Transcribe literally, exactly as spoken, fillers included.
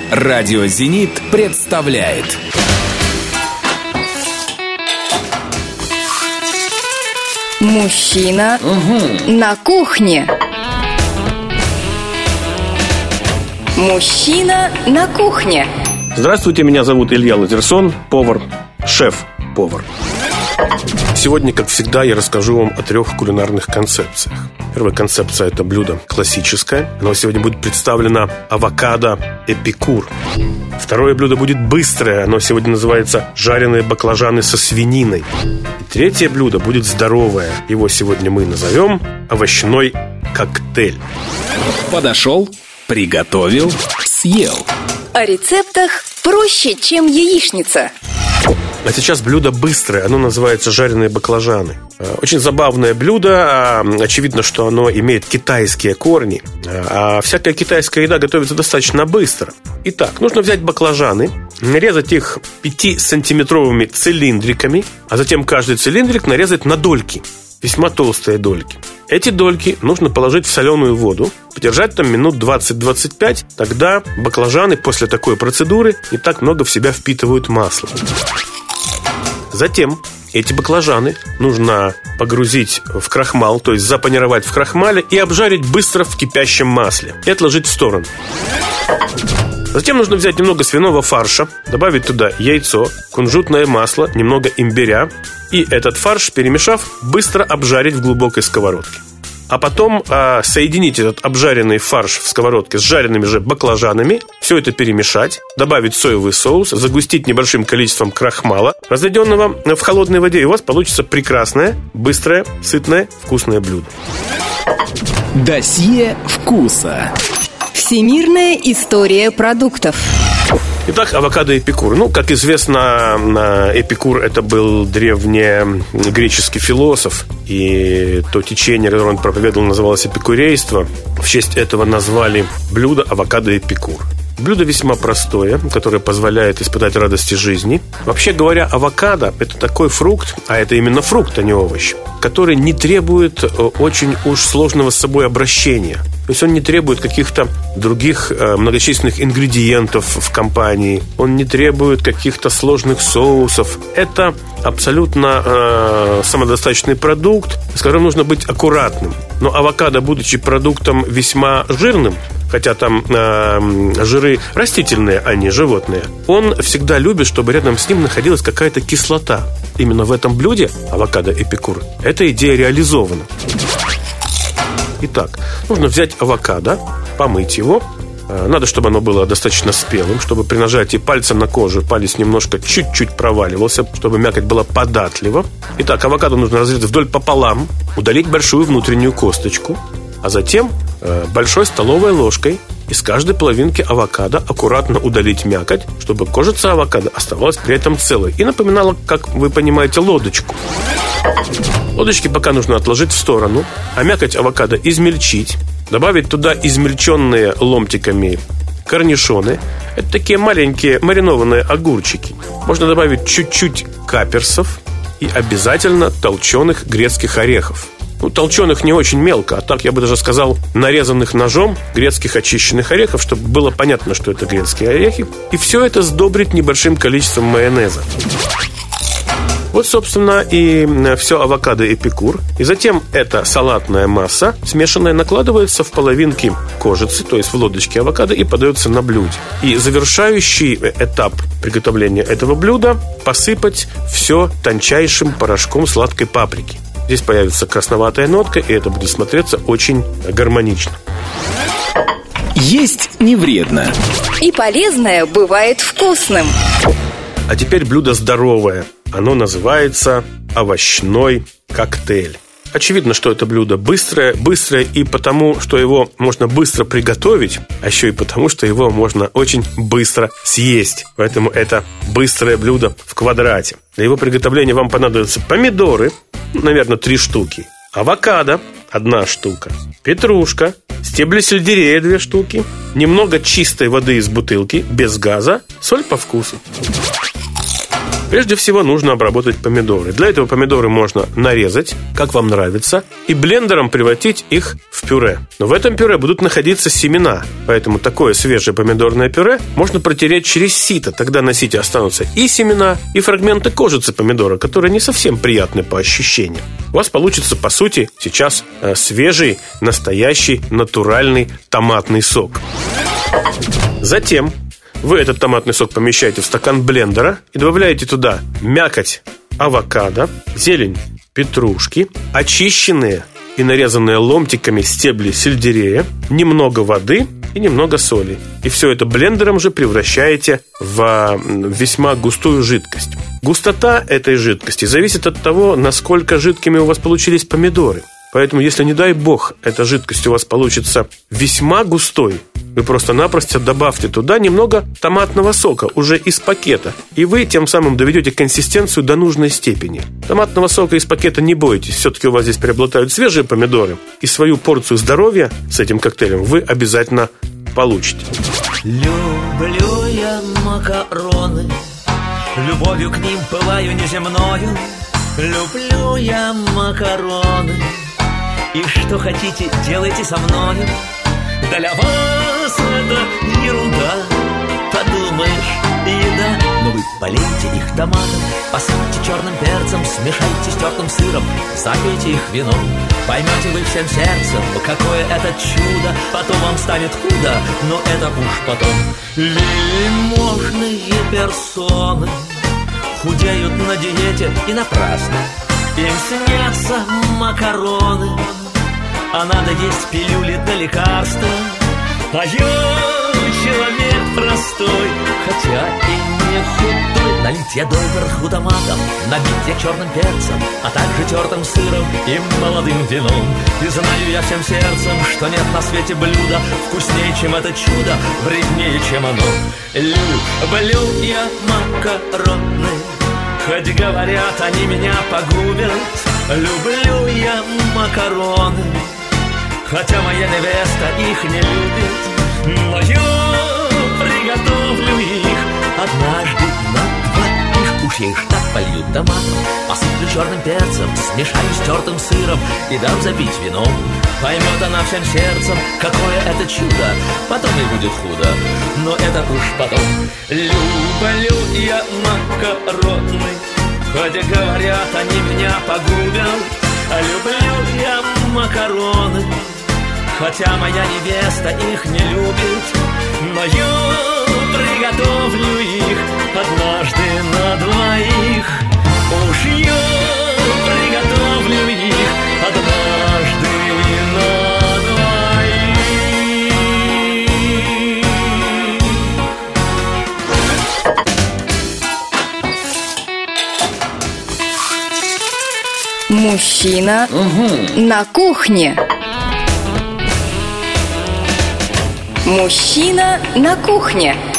Радио «Зенит» представляет. Мужчина угу. на кухне. Мужчина на кухне. Здравствуйте, меня зовут Илья Лазерсон, повар, шеф-повар. Сегодня, как всегда, я расскажу вам о трех кулинарных концепциях. Первая концепция – это блюдо классическое. Оно сегодня будет представлено авокадо эпикур. Второе блюдо будет быстрое. Оно сегодня называется жареные баклажаны со свининой. И третье блюдо будет здоровое. Его сегодня мы назовем овощной коктейль. Подошел, приготовил, съел. О рецептах проще, чем яичница. А сейчас блюдо быстрое, оно называется жареные баклажаны. Очень забавное блюдо, очевидно, что оно имеет китайские корни. А всякая китайская еда готовится достаточно быстро. Итак, нужно взять баклажаны, нарезать их пятисантиметровыми цилиндриками, а затем каждый цилиндрик нарезать на дольки, весьма толстые дольки. Эти дольки нужно положить в соленую воду, подержать там минут двадцать-двадцать пять. Тогда баклажаны после такой процедуры не так много в себя впитывают масло. Затем эти баклажаны нужно погрузить в крахмал, то есть запанировать в крахмале и обжарить быстро в кипящем масле и отложить в сторону. Затем нужно взять немного свиного фарша, добавить туда яйцо, кунжутное масло, немного имбиря и этот фарш, перемешав, быстро обжарить в глубокой сковородке. А потом а, соединить этот обжаренный фарш в сковородке с жареными же баклажанами, все это перемешать, добавить соевый соус, загустить небольшим количеством крахмала, разведенного в холодной воде, и у вас получится прекрасное, быстрое, сытное, вкусное блюдо. Досье вкуса. Всемирная история продуктов. Итак, авокадо эпикур. Ну, как известно, Эпикур – это был древнегреческий философ. И то течение, которое он проповедовал, называлось эпикурейство. В честь этого назвали блюдо авокадо эпикур. Блюдо весьма простое, которое позволяет испытать радости жизни. Вообще говоря, авокадо – это такой фрукт, а это именно фрукт, а не овощ, который не требует очень уж сложного с собой обращения. То есть он не требует каких-то других э, многочисленных ингредиентов в компании. Он не требует каких-то сложных соусов. Это абсолютно э, самодостаточный продукт, с которым нужно быть аккуратным. Но авокадо, будучи продуктом весьма жирным, хотя там э, жиры растительные, а не животные, он всегда любит, чтобы рядом с ним находилась какая-то кислота. Именно в этом блюде авокадо эпикур эта идея реализована. Итак, нужно взять авокадо, помыть его. Надо, чтобы оно было достаточно спелым, чтобы при нажатии пальца на кожу палец немножко чуть-чуть проваливался, чтобы мякоть была податлива. Итак, авокадо нужно разрезать вдоль пополам, удалить большую внутреннюю косточку, а затем большой столовой ложкой из каждой половинки авокадо аккуратно удалить мякоть, чтобы кожица авокадо оставалась при этом целой и напоминала, как вы понимаете, лодочку. Лодочки пока нужно отложить в сторону, а мякоть авокадо измельчить, добавить туда измельченные ломтиками корнишоны. Это такие маленькие маринованные огурчики. Можно добавить чуть-чуть каперсов и обязательно толченых грецких орехов. Ну, толченых не очень мелко, а так, я бы даже сказал, нарезанных ножом грецких очищенных орехов, чтобы было понятно, что это грецкие орехи. И все это сдобрить небольшим количеством майонеза. Вот, собственно, и все авокадо эпикур. И затем эта салатная масса, смешанная, накладывается в половинки кожицы, то есть в лодочке авокадо, и подается на блюде. И завершающий этап приготовления этого блюда – посыпать все тончайшим порошком сладкой паприки. Здесь появится красноватая нотка, и это будет смотреться очень гармонично. Есть не вредно. И полезное бывает вкусным. А теперь блюдо здоровое. Оно называется овощной коктейль. Очевидно, что это блюдо быстрое, быстрое и потому, что его можно быстро приготовить, а еще и потому, что его можно очень быстро съесть. Поэтому это быстрое блюдо в квадрате. Для его приготовления вам понадобятся помидоры, наверное, три штуки, авокадо, одна штука, петрушка, стебли сельдерея, две штуки, немного чистой воды из бутылки, без газа, соль по вкусу. Прежде всего нужно обработать помидоры. Для этого помидоры можно нарезать, как вам нравится, и блендером превратить их в пюре. Но в этом пюре будут находиться семена, поэтому такое свежее помидорное пюре можно протереть через сито. Тогда на сите останутся и семена, и фрагменты кожицы помидора, которые не совсем приятны по ощущениям. У вас получится, по сути, сейчас э, свежий, настоящий, натуральный томатный сок. Затем вы этот томатный сок помещаете в стакан блендера и добавляете туда мякоть авокадо, зелень петрушки, очищенные и нарезанные ломтиками стебли сельдерея, немного воды и немного соли. И все это блендером же превращаете в весьма густую жидкость. Густота этой жидкости зависит от того, насколько жидкими у вас получились помидоры. Поэтому, если, не дай бог, эта жидкость у вас получится весьма густой, вы просто-напросто добавьте туда немного томатного сока уже из пакета, и вы тем самым доведете консистенцию до нужной степени. Томатного сока из пакета не бойтесь, все-таки у вас здесь преобладают свежие помидоры, и свою порцию здоровья с этим коктейлем вы обязательно получите. Люблю я макароны, любовью к ним пылаю неземною. Люблю я макароны, и что хотите, делайте со мною. Для вас это ерунда, подумаешь, еда. Но вы полейте их томатом, посыпьте черным перцем, смешайте с тертым сыром, запейте их вином. Поймете вы всем сердцем, какое это чудо. Потом вам станет худо, но это уж потом. Вельможные персоны худеют на диете и напрасно. Им снятся макароны, а надо есть пилюли да лекарства. А я человек простой, хотя и не худой. Налить я доверху томатом, набить я черным перцем, а также тертым сыром и молодым вином. И знаю я всем сердцем, что нет на свете блюда вкуснее, чем это чудо, вреднее, чем оно. Люблю я макароны, хоть говорят, они меня погубят. Люблю я макароны, хотя моя невеста их не любит. Но я приготовлю их однажды на двоих. Уж я их так полью томатом, посыплю черным перцем, смешаю с тертым сыром и дам запить вином. Поймет она всем сердцем, какое это чудо, потом и будет худо, но это уж потом. Люблю я макароны, хотя говорят, они меня погубят. Люблю я макароны, хотя моя невеста их не любит. Но я приготовлю их однажды на двоих. Уж я приготовлю их однажды на двоих. Мужчина угу. на кухне. Мужчина на кухне.